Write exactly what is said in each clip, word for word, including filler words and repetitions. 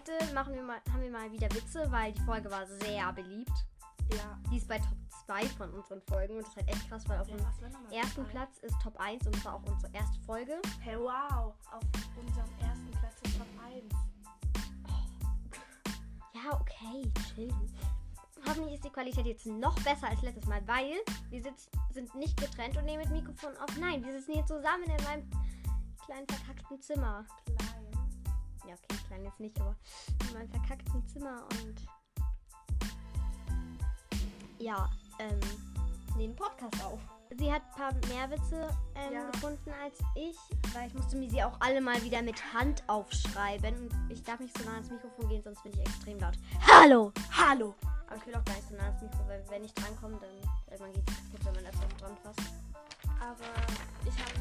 heute machen wir mal, haben wir mal wieder Witze, weil die Folge war sehr beliebt. Ja. Die ist bei Top zwei von unseren Folgen und das ist halt echt krass, weil auf Ja, dem was war nochmal ersten dabei? Platz ist Top eins und das war auch unsere erste Folge. Hey, wow. Auf unserem ersten Platz ist Top eins. Ja, okay, chill. Hoffentlich ist die Qualität jetzt noch besser als letztes Mal, weil wir sitz, sind nicht getrennt und nehmen mit Mikrofon auf. Nein, wir sitzen hier zusammen in meinem kleinen verkackten Zimmer. Klein. Ja, okay, klein jetzt nicht, aber in meinem verkackten Zimmer und ja, ähm, nehmen Podcast auf. Sie hat ein paar mehr Witze ähm, Ja. gefunden als ich, weil ich musste mir sie auch alle mal wieder mit Hand aufschreiben. Und ich darf nicht so nah ans Mikrofon gehen, sonst bin ich extrem laut. Hallo! Hallo. Aber ich will auch gar nicht so nah ans Mikro, weil wenn ich drankomme, dann irgendwann geht es kaputt, wenn man da drauf dran fasst. Aber ich habe...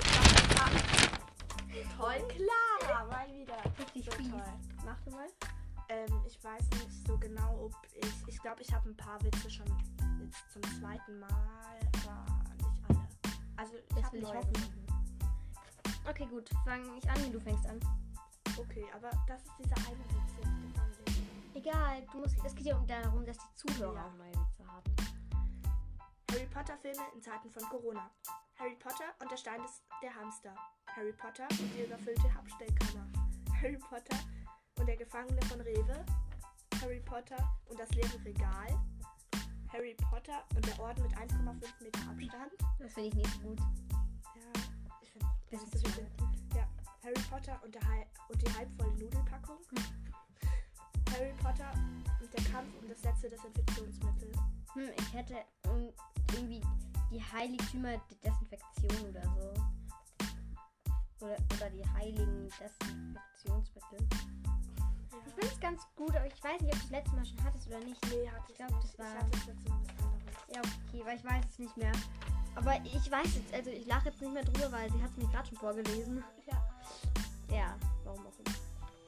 Toll, klar. Mal wieder. Richtig So fies. toll. Mach du mal. Ähm, ich weiß nicht so genau, ob ich... Ich glaube, ich habe ein paar Witze schon jetzt zum zweiten Mal, aber nicht alle. Also, ich Das habe will ich neue hoffen. gefunden. Okay, gut. Fange ich an, wie du fängst an. Okay, aber das ist dieser eine Witz, den ich davon lese. Egal, du musst. Es geht ja darum, dass die Zuhörer Ja. auch neue Witze haben. Harry Potter Filme in Zeiten von Corona. Harry Potter und der Stein des, der Hamster. Harry Potter und die überfüllte Abstellkammer. Harry Potter und der Gefangene von Rewe. Harry Potter und das leere Regal. Harry Potter und der Orden mit eins Komma fünf Meter Abstand. Das finde ich nicht so gut. Ja, ich finde Bisschen das zu ist so- Ja, Harry Potter und, der Hal- und die halbvolle Nudelpackung. Harry Potter und der Kampf um das letzte Desinfektionsmittel. Hm, ich hätte ähm, irgendwie die Heiligtümer der Desinfektion oder so. Oder, oder die heiligen Desinfektionsmittel. Ich finde es ganz gut, aber ich weiß nicht, ob du das letzte Mal schon hattest oder nicht. Nee, hatte ich, Ich glaub, nicht. das war- Ich hatte das letzte Mal was anderes. Ja, okay, weil ich weiß es nicht mehr. Aber ich weiß jetzt, also ich lache jetzt nicht mehr drüber, weil sie hat es mir gerade schon vorgelesen. Ja. Ja, warum auch immer.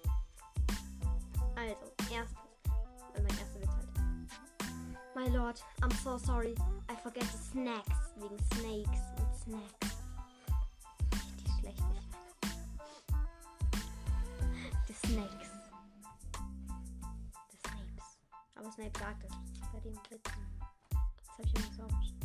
Also, erstes. Äh, mein erster Witz halt. My lord, I'm so sorry. I forget the snacks. Wegen Snakes und Snacks. Richtig schlecht, nicht wahr? The Snakes. The Snakes. Aber Snape sagt es. Bei dem Witz. Das habe ich irgendwie so aufgeschrieben.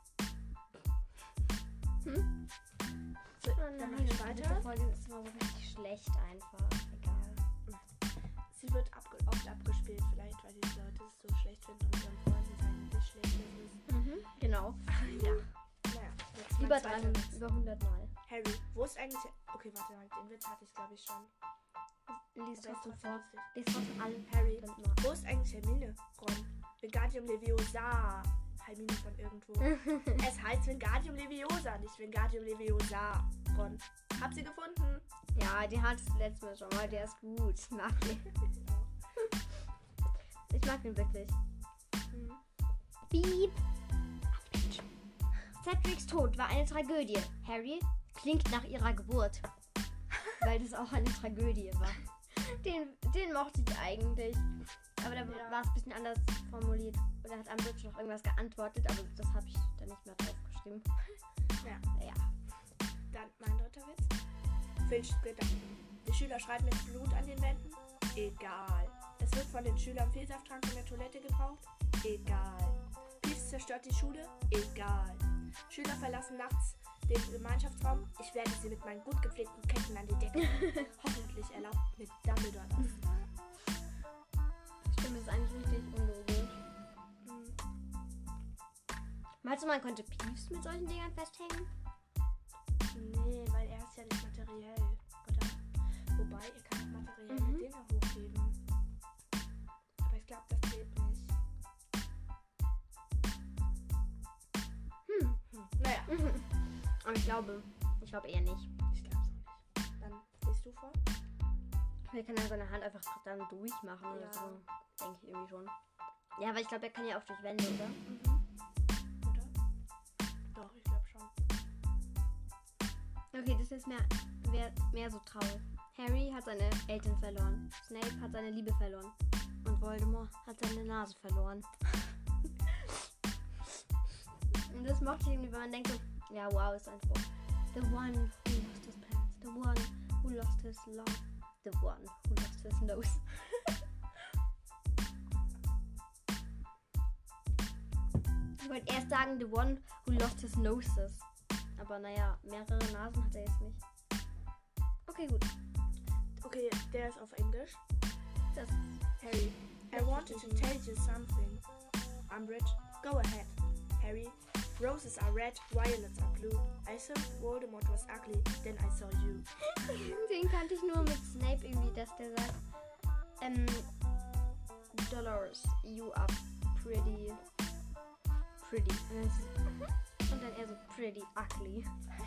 Hm? So, Oh dann nein, mache ich diese weiter. Folge ist immer so richtig schlecht einfach. Egal. Sie wird abge oft abgespielt, vielleicht weil die Leute es so schlecht finden und ihren Freunden sagen, wie schlecht es ist. Mhm, genau. Ja. Naja, jetzt mein Über zweiter dreihundert, Witz. über hundert Mal. Harry, wo ist eigentlich... Okay, warte mal, den Witz hatte ich glaube ich schon. Lies Der ist trotzdem trotzdem vor. lustig. Lies trotzdem alle. Harry, Dann mal. wo ist eigentlich Hermine? Ron. Wingardium Leviosa. Hermine von irgendwo. Es heißt Wingardium Leviosa, nicht Wingardium Leviosa. Ron. Hab sie gefunden. Ja, die hattest du letztes Mal schon mal. Der ist gut. Ich mag den. Ich mag den wirklich. Mhm. Piep. Cedrics Tod war eine Tragödie. Harry klingt nach ihrer Geburt. Weil das auch eine Tragödie war. Den, den mochte ich eigentlich. Aber da Ja. war es ein bisschen anders formuliert. Oder hat Ambridge noch irgendwas geantwortet, aber das habe ich dann nicht mehr draufgeschrieben. Ja. Ja. Dann mein dritter Witz. Filch Gedanken. Die Schüler schreiben mit Blut an den Wänden? Egal. Es wird von den Schülern Vielsafttrank in der Toilette gebraucht? Egal. Piefs zerstört die Schule? Egal. Schüler verlassen nachts den Gemeinschaftsraum? Ich werde sie mit meinen gut gepflegten Ketten an die Decke hängen. Hoffentlich erlaubt mit Dumbledore das. Stimmt, das ist eigentlich richtig unlogisch. Hm. Meinst du, man könnte Peeves mit solchen Dingern festhängen? Nee, weil er ist ja nicht materiell, oder? Wobei, ihr kann auch materielle Mhm. Dinge hochheben. Aber ich glaube, das zählt nicht. Hm. Hm. Naja, Mhm. Aber ich glaube, ich glaube eher nicht. ich glaube es auch nicht. Dann liest du vor. Er kann ja seine Hand einfach dann durchmachen oder Ja. so. Denke ich irgendwie schon. Ja, aber ich glaube, er kann ja auch durch Wände, oder? Mhm. Oder? Doch, ich glaube schon. Okay, das ist mehr, mehr, mehr so traurig. Harry hat seine Eltern verloren. Snape hat seine Liebe verloren. Und Voldemort hat seine Nase verloren. Und das mochte ich irgendwie, weil man denkt so, ja, wow, ist einfach the one who lost his parents. The one who lost his love. The one who lost his nose. Ich wollte erst sagen, the one who lost his noses. Aber naja, mehrere Nasen hat er jetzt nicht. Okay, gut. Okay, der ist auf Englisch. Das Harry, I wanted to tell you something. Umbridge, go ahead. Harry, roses are red, violets are blue. I thought Voldemort was ugly, then I saw you. Den kannte ich nur mit Snape irgendwie, dass der sagt, ähm, Dolores, you are pretty, pretty. Und dann, ist, und dann er so, pretty ugly.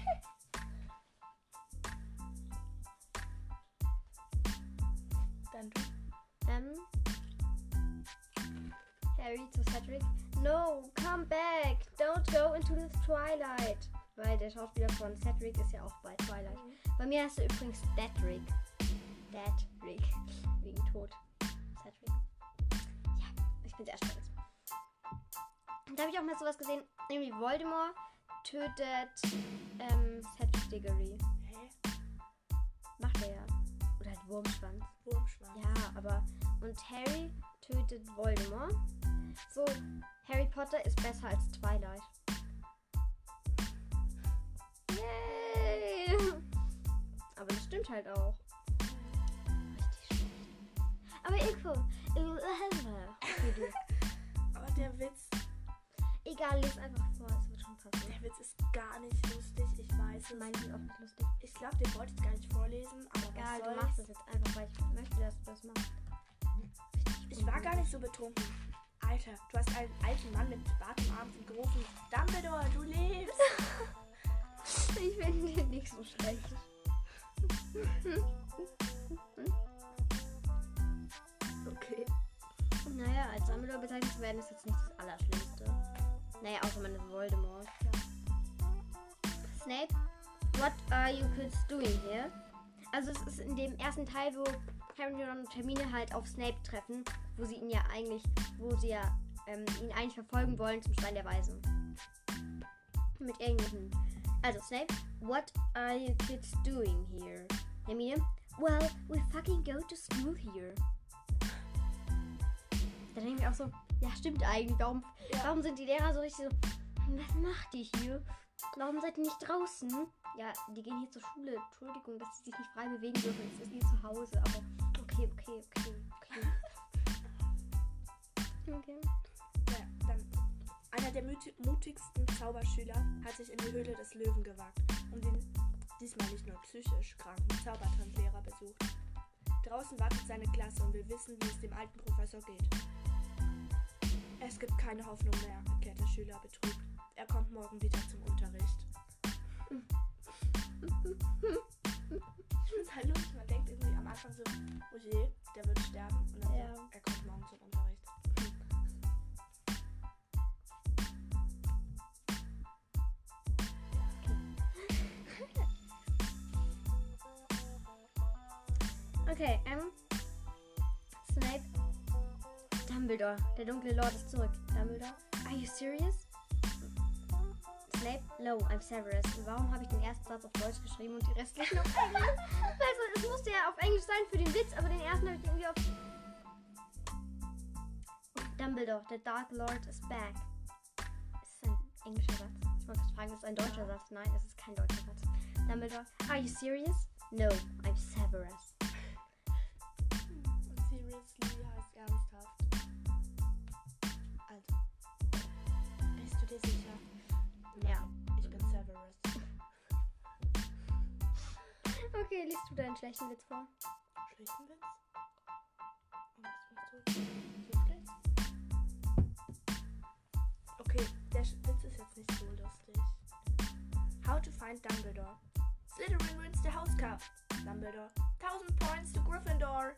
Dann du. Ähm, Harry zu Cedric, no, come back, don't go into the Twilight. Weil der Schauspieler von Cedric ist ja auch bei Twilight. Mhm. Bei mir heißt er übrigens Cedric. Cedric. Wegen Tod. Cedric. Ja, ich bin sehr stolz. Da habe ich auch mal sowas gesehen. Irgendwie Voldemort tötet ähm, Cedric Diggory. Hä? Macht er ja. Oder halt Wurmschwanz. Wurmschwanz. Ja, aber... Und Harry tötet Voldemort. So, Harry Potter ist besser als Twilight. Yay! Aber das stimmt halt auch. Richtig schlecht. Aber Ico, okay, du. Aber der Witz, Egal, lies einfach vor, es wird schon passen. der Witz ist gar nicht lustig, ich weiß es. Meinen Sie auch nicht lustig? Ich glaube, den wollte ich gar nicht vorlesen, aber Egal, was du soll's. machst es jetzt einfach, weil ich möchte, dass du das machst. Ich war gar nicht so betrunken. Alter, du hast einen alten Mann mit Bart im Arm gerufen. Dumbledore, du lebst. Ich finde den nicht so schlecht. Okay. Naja, als Dumbledore bezeichnet zu werden, ist jetzt nicht das Allerschlimmste. Naja, außer man ist Voldemort. Snape, what are you kids doing here? Also es ist in dem ersten Teil, wo Harry, Ron und Hermine halt auf Snape treffen, wo sie ihn ja eigentlich, wo sie ja ähm, ihn eigentlich verfolgen wollen zum Stein der Weisen. Mit irgendwelchen. Also Snape, what are you kids doing here? Hermine, well, we fucking go to school here. Da denke ich auch so, ja stimmt eigentlich, warum, Ja. warum sind die Lehrer so richtig so, was macht ihr hier? Warum seid ihr nicht draußen? Ja, die gehen hier zur Schule, Entschuldigung, dass sie sich nicht frei bewegen dürfen, es ist ihr Zuhause, aber okay, okay, okay, okay. Okay. Ja, dann. Einer der muti- mutigsten Zauberschüler hat sich in die Höhle des Löwen gewagt und den diesmal nicht nur psychisch kranken Zaubertranklehrer besucht. Draußen wartet seine Klasse und will wissen, wie es dem alten Professor geht. Es gibt keine Hoffnung mehr, erklärt der Schüler betrübt. Er kommt morgen wieder zum Unterricht. Ich finde es halt lustig, man denkt irgendwie am Anfang so, oh je, der wird sterben. Und dann Ja. so, er kommt morgen zum Unterricht. Okay, ähm. Snape. Dumbledore. Der dunkle Lord ist zurück. Dumbledore. Are you serious? Snape. No, I'm Severus. Und warum habe ich den ersten Satz auf Deutsch geschrieben und die restlichen auf Englisch? Also, es musste ja auf Englisch sein für den Witz, aber den ersten habe ich irgendwie auf... Dumbledore. The Dark Lord is back. Ist das ein englischer Satz? Ich wollte gerade fragen, ist es ein deutscher Ja. Satz? Nein, es ist kein deutscher Satz. Dumbledore. Are you serious? No, I'm Severus. Und seriously heißt ernsthaft. Also, bist du dir sicher? Ja. Ich bin Severus. Okay, liest du deinen schlechten Witz vor? Schlechten Witz? Oh, das machst du wirklich? Okay, der Sch- Witz ist jetzt nicht so lustig. How to find Dumbledore. Slytherin wins the house cup. Dumbledore. Thousand points to Gryffindor.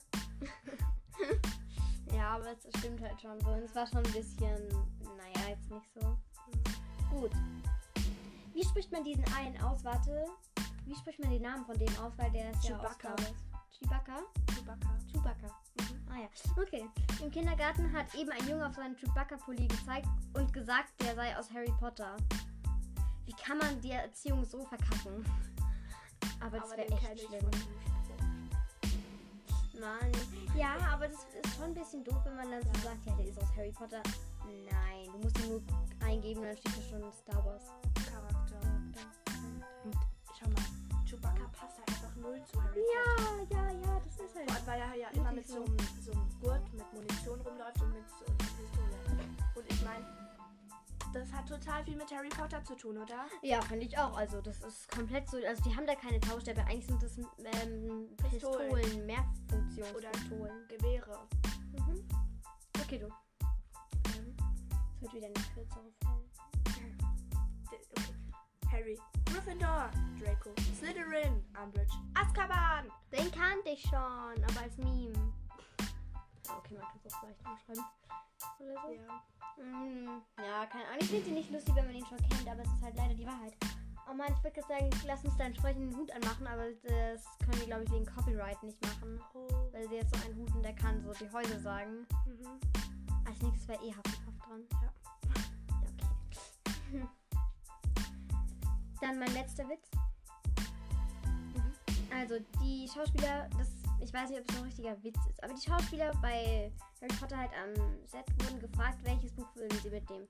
Ja, aber es stimmt halt schon so. Und es war schon ein bisschen, naja, jetzt nicht so. Gut. Wie spricht man diesen einen aus? Warte. Wie spricht man den Namen von dem aus? Weil der ist ja aus Chewbacca. Star Wars. Chewbacca? Chewbacca. Chewbacca. Mhm. Ah ja. Okay. Im Kindergarten hat eben ein Junge auf seinen Chewbacca-Pulli gezeigt und gesagt, der sei aus Harry Potter. Wie kann man die Erziehung so verkacken? Aber das Aber wäre den echt kenne ich schlimm. von dem Spruch. Mann. Ja, aber das ist schon ein bisschen doof, wenn man dann so sagt, ja, der ist aus Harry Potter. Nein, du musst ihn nur eingeben und dann steht da schon Star Wars Charakter. Und schau mal, Chewbacca passt halt einfach null zu Harry Potter. Ja, ja, ja, das ist halt. Vor allem, weil er ja immer mit so einem, so einem Gurt mit Munition rumläuft und mit so einer Pistole. Und ich meine, das hat total viel mit Harry Potter zu tun, oder? Ja, finde ich auch. Also das ist komplett so. Also die haben da keine Tauschstäbe. Eigentlich sind das ähm, Pistolen. Pistolen, Mehrfunktionspistolen. Gewehre. Mhm. Okay, du. Ähm, Es wird wieder eine kürzere Folge. okay. Harry, Gryffindor, Draco, Slytherin, Umbridge, Azkaban. Den kannte ich schon, aber als Meme. Okay, man kann es auch vielleicht umschreiben. Oder so. Ja. Mm, ja, keine Ahnung. Ich finde sie nicht lustig, wenn man ihn schon kennt, aber es ist halt leider die Wahrheit. Oh Mann, ich würde gerade sagen, lass uns da entsprechend einen Hut anmachen, aber das können die, glaube ich, wegen Copyright nicht machen. Oh. Weil sie jetzt so einen Hut und der kann so die Häuser sagen. Mhm. Als nächstes wäre eh Hufflepuff dran. Ja. Ja, okay. Dann mein letzter Witz. Mhm. Also, die Schauspieler, das, ich weiß nicht, ob es ein richtiger Witz ist, aber die Schauspieler bei Harry Potter halt am Set wurden gefragt, welches Buch würden sie mitnehmen.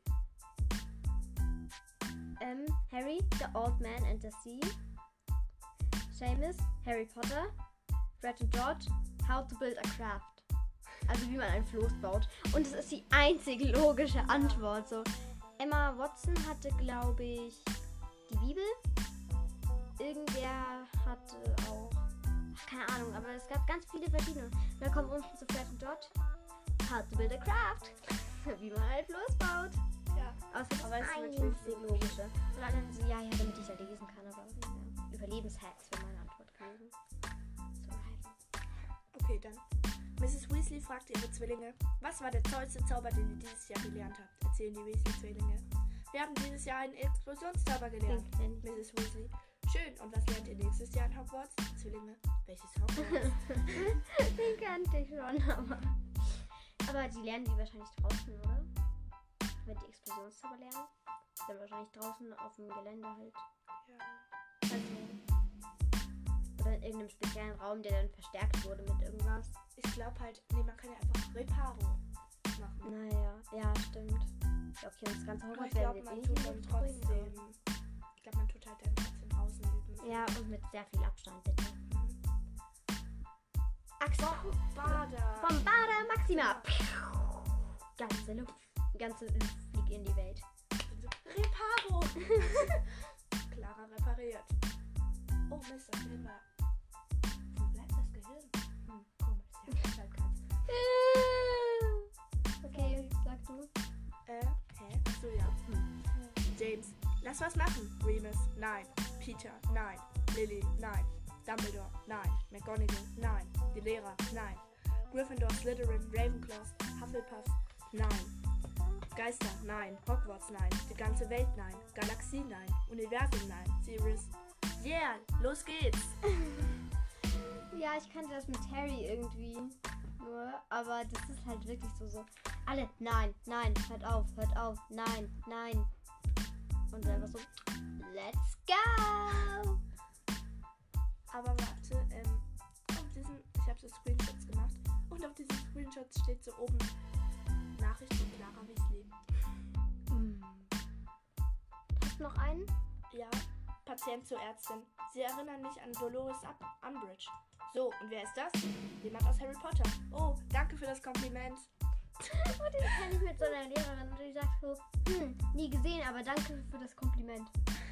Ähm, Harry, The Old Man and the Sea. Seamus, Harry Potter. Fred und George, How to Build a Craft. Also wie man ein Floß baut. Und es ist die einzige logische Antwort. So. Emma Watson hatte, glaube ich, die Bibel. Irgendwer hatte auch, ach, keine Ahnung, aber es gab ganz viele verschiedene. Und dann kommt unten zu Fred und George, How to Build a Craft. Wie man ein Floß baut. Ja. Aber es ist Aber es ist einzig wirklich logische. Und dann so, ja, ja, damit ich ja lesen kann, aber ja. Überlebenshacks wäre meine Antwort gewesen. So, Okay, dann. Misses Weasley fragte ihre Zwillinge, was war der tollste Zauber, den ihr dieses Jahr gelernt habt? Erzählen die Weasley-Zwillinge. Wir haben dieses Jahr einen Explosionszauber gelernt. Pink, Misses Weasley. Schön. Und was lernt ihr nächstes Jahr in Hogwarts? Zwillinge. Welches Hogwarts? den kannte ich schon, aber. Aber die lernen die wahrscheinlich draußen, oder? Wenn die Explosionszauber lernen. Dann wahrscheinlich draußen auf dem Gelände halt. Ja. Also, oder in irgendeinem speziellen Raum, der dann verstärkt wurde mit irgendwas. Ich glaube halt, nee, man kann ja einfach Reparo machen. Naja, ja, stimmt. Ja, okay, und das ganze Aber Hogwarts ich werden glaube, wir jetzt man eh tut nicht dann bringen, trotzdem. Ich glaube, man tut halt dann trotzdem draußen üben. aber- Ja, und mit sehr viel Abstand, bitte. Mhm. Axel. Bader. Bombarda Maxima. Ganze Luft. Ganze Luft fliegt in die Welt. Reparo. Clara repariert. Oh Mist, das Gehirn war... Wo bleibt das Gehirn? Hm, komisch. Ja, bleibt ganz. Okay, sag du. Äh, hä? Achso, ja. Hm. James, lass was machen. Remus, nein. Peter, nein. Lily, nein. Dumbledore, nein. McGonagall, nein. Die Lehrer, nein. Gryffindor, Slytherin, Ravenclaw, Hufflepuff, nein. Geister, nein. Hogwarts, nein. Die ganze Welt, nein. Galaxie, nein. Universum, nein. Sirius, yeah, los geht's. Ja, ich kannte das mit Harry irgendwie nur, aber das ist halt wirklich so so. Alle, nein, nein, hört auf, hört auf, nein, nein. Und einfach so, let's go! Aber warte, ähm, auf diesen, ich habe so Screenshots gemacht und auf diesen Screenshots steht so oben Nachricht von Clara Weasley. Mm. Hast du noch einen? Ja, Patient zur Ärztin. Sie erinnern mich an Dolores Up- Umbridge. So, und wer ist das? Jemand aus Harry Potter. Oh, danke für das Kompliment. Und den kenne ich mit so einer Lehrerin und die sagt so, hm, nie gesehen, aber danke für das Kompliment.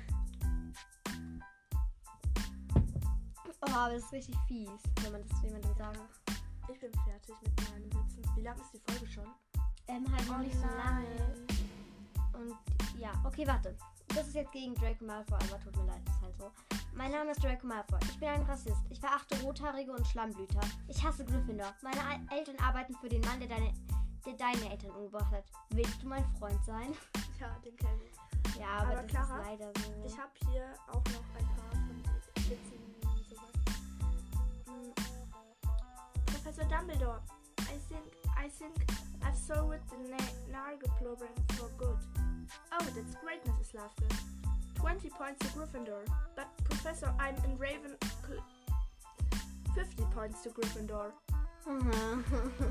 Oh, aber das ist richtig fies, wenn man das jemandem sagt. Ich bin fertig mit meinen Witzen. Wie lang ist die Folge schon? Ähm, halt noch Oh nicht so lange. nein. Und ja, okay, warte. Das ist jetzt gegen Draco Malfoy, aber tut mir leid, ist halt so. Mein Name ist Draco Malfoy. Ich bin ein Rassist. Ich verachte Rothaarige und Schlammblüter. Ich hasse Gryffindor. Meine Al- Eltern arbeiten für den Mann, der deine, der deine Eltern umgebracht hat. Willst du mein Freund sein? Ja, den kenne ich. Ja, aber, Aber das Clara, ist leider so. Ich habe hier auch noch ein paar von den Witzen und sowas. Hm. Professor Dumbledore, I think, I think I've solved the Na- Narga problem for good. Oh, that's great, Missus Lovegood. twenty points to Gryffindor. But Professor, I'm in Raven... fifty points to Gryffindor. Aha.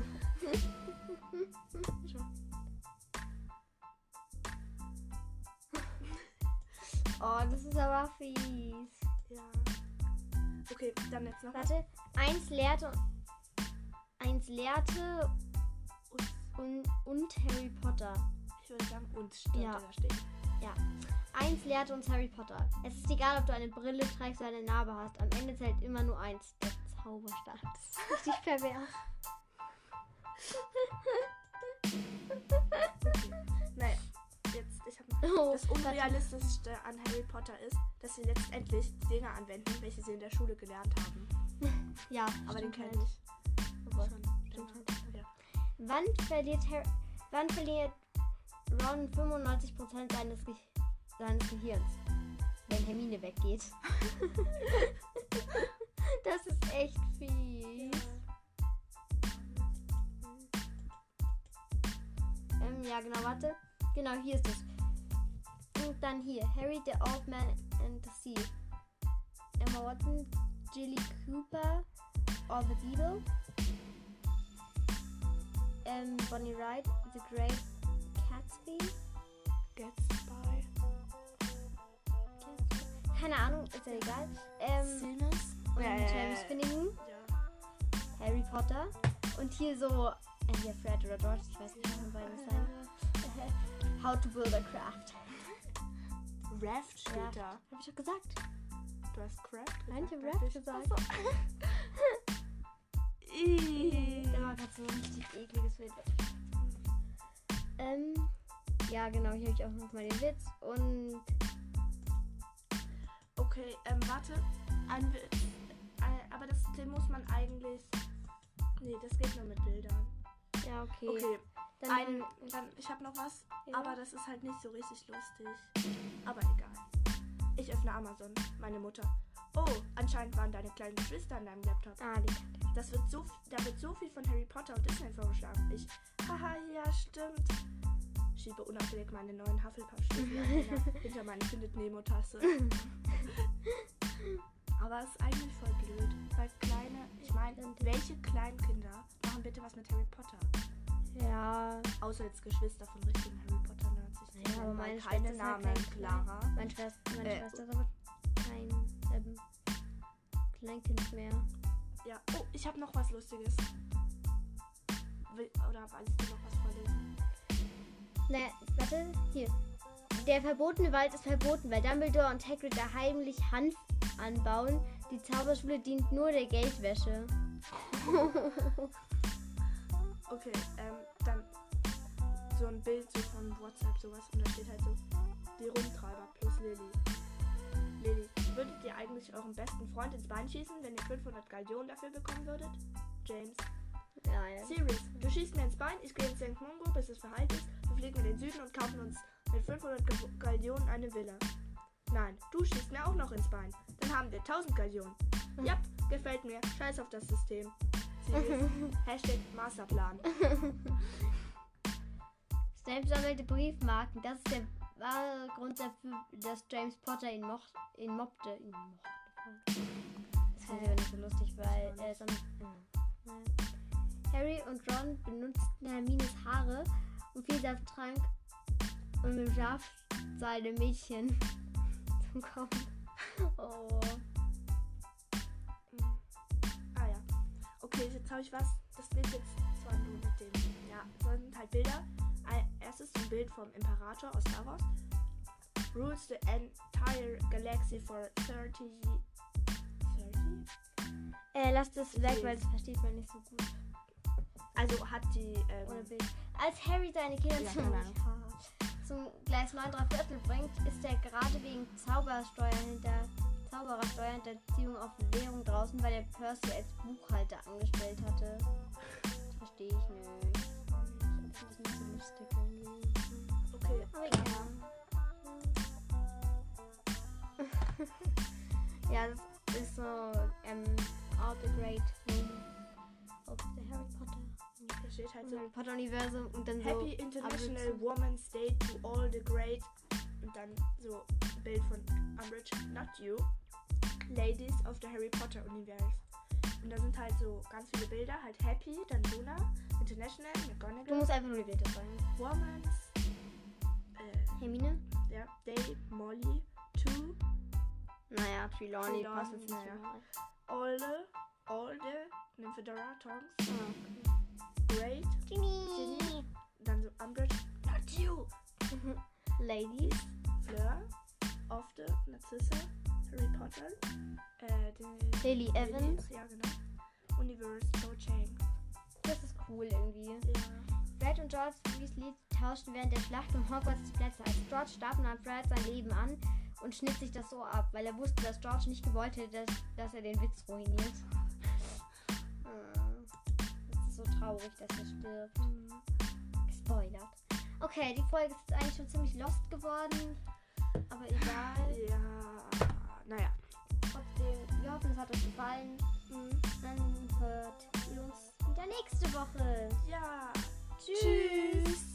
Oh, das ist aber fies. Ja. Okay, dann jetzt noch. Warte, eins lehrte, eins lehrte und, und Harry Potter. Ich würde sagen, uns stand Ja. da steht. Ja. Eins lehrte uns Harry Potter. Es ist egal, ob du eine Brille trägst oder eine Narbe hast. Am Ende zählt immer nur eins. Der Zauberstab. Das ist richtig pervers. Naja, jetzt, ich habe noch. Oh, Das Unrealistischste an Harry Potter ist, dass sie letztendlich die Dinge anwenden, welche sie in der Schule gelernt haben. ja, Aber den stimmt kenne halt. ich. Aber Schon, stimmt ja. halt. Ja. Wann verliert, Harry, wann verliert Ron fünfundneunzig Prozent seines, Ge seines Gehirns? Wenn Hermine weggeht. Das ist echt fies. Ähm, ja, genau, warte. Genau, hier ist es. Und dann hier. Harry, the Old Man and the Sea. Emma Watson, Jilly Cooper, or the Beetle. Ähm, Bonnie Wright, The Great Gatsby. Gatsby. Keine Ahnung, ist ja egal. Ähm, Sinus. und Ja, ja, James ja. Finnegan, Ja. Harry Potter. Und hier so, entweder Fred oder George, ich weiß nicht, was von beiden sein. How to build a craft. Raft steht Raft. da. Hab ich doch gesagt. Du hast Craft Nein, ich hab gesagt, Raft hab gesagt. Ih. Der war gerade so ein richtig ekliges Bild. Ähm, ja genau, hier habe ich auch noch mal den Witz. Und Okay, ähm, warte. Ein Witz. Ein, aber das, den muss man eigentlich... Nee, das geht nur mit Bildern. ja, okay. Okay, Dann, ein, dann, ich habe noch was, Ja. aber das ist halt nicht so richtig lustig. Aber egal. Ich öffne Amazon, meine Mutter. Oh, anscheinend waren deine kleinen Geschwister an deinem Laptop. ah, die kannte ich. Das wird so, da wird so viel von Harry Potter und Disney vorgeschlagen. Ich, haha, ja, stimmt. Schiebe unauffällig meine neuen Hufflepuff-Stiefel hinter meine Findet Nemo-Tasse. Aber es ist eigentlich voll blöd, weil kleine, ich meine, welche kleinen Kinder machen bitte was mit Harry Potter? Ja, Außer jetzt Geschwister von richtigen Harry Potter-Nerds. Ich Ja, nenne aber mal meine keine Schwester ist halt Namen, kein Clara. meine Schwester, meine Äh, Schwester ist aber kein ähm, Kleinkind mehr. Ja, oh, ich habe noch was Lustiges. Will, oder willst du noch was vorlesen? Naja, warte, hier. Der verbotene Wald ist verboten, weil Dumbledore und Hagrid da heimlich Hanf anbauen. Die Zauberschule dient nur der Geldwäsche. Okay, ähm, dann so ein Bild so von WhatsApp, sowas. Und da steht halt so, die Rumtreiber plus Lilly. Lilly, würdet ihr eigentlich euren besten Freund ins Bein schießen, wenn ihr fünfhundert Gallionen dafür bekommen würdet? James. Ja, ja. Sirius, du schießt mir ins Bein, ich gehe ins Sankt Mungo, bis es verheilt ist. Wir fliegen in den Süden und kaufen uns mit fünfhundert Ge- Gallionen eine Villa. Nein, du schießt mir auch noch ins Bein. Dann haben wir tausend Gallionen. Jap, gefällt mir. Scheiß auf das System. Sirius, Hashtag Masterplan. Snape sammelte Briefmarken. Das ist der wahre Grund dafür, dass James Potter ihn, mocht, ihn mobbte. Ihn mochte. Das finde ich aber nicht so lustig, weil er ist am... Ja. Harry und Ron benutzten Hermines Haare und Vielsafttrank und mit Schafseide Mädchen zum Kommen. Oh. Ah ja. Okay, jetzt habe ich was. Das geht jetzt zwar nur mit dem. Ja, das sind halt Bilder. Ein, erstes ein Bild vom Imperator aus Star Wars. Rules the entire galaxy for thirty. thirty? Äh, lasst es weg, Okay. weil das versteht man nicht so gut. Also hat die. Ohne Ähm, Bild. Als Harry seine Kinder Ja, zum, keine Ahnung. ja, zum Gleis neun drei Viertel bringt, ist er gerade wegen Zaubersteuer hinter Zauberersteuer Hinterziehung auf Bewährung draußen, weil er Percy als Buchhalter angestellt hatte. Das verstehe ich nicht. Ich finde das nicht so lustig irgendwie. okay. Aber ja. Ja, das ist so ähm, All the Great Moments of the Harry Potter. Da steht halt so. Harry Potter Universum und dann so Happy International Umbridge. Women's Day to all the great. Und dann so ein Bild von Umbridge, not you. Ladies of the Harry Potter Universe. Und da sind halt so ganz viele Bilder. Halt Happy, dann Luna, International, Du McGonagall, musst einfach nur die Bilder sagen. Womans, äh, Hermine? ja, Dave, Molly, Two, Naja, Trelawney Trelawney, passt jetzt nicht naja. so rein. Olde, Olde, Nymphadora, Tonks, Ah, Great, Ginny! Ginny. dann so Umbridge, not you, Ladies. Fleur, Ofte, Narcissa, Harry Potter, äh, die, Lily Evans. ja genau, Universe, Cho Chang. Das ist cool irgendwie. Ja. Fred und George Weasley tauschten während der Schlacht um Hogwarts die Plätze. Als George starb, nahm Fred sein Leben an und schnitt sich das Ohr ab, weil er wusste, dass George nicht gewollt hätte, dass, dass er den Witz ruiniert. Ah, das ist so traurig, dass er stirbt. Gespoilert. Okay, die Folge ist jetzt eigentlich schon ziemlich lost geworden, aber egal. Ja, naja. Trotzdem, wir hoffen, es hat euch gefallen. Mhm. Dann hört ihr uns wieder nächste Woche. Ja. Tschüss. Tschüss.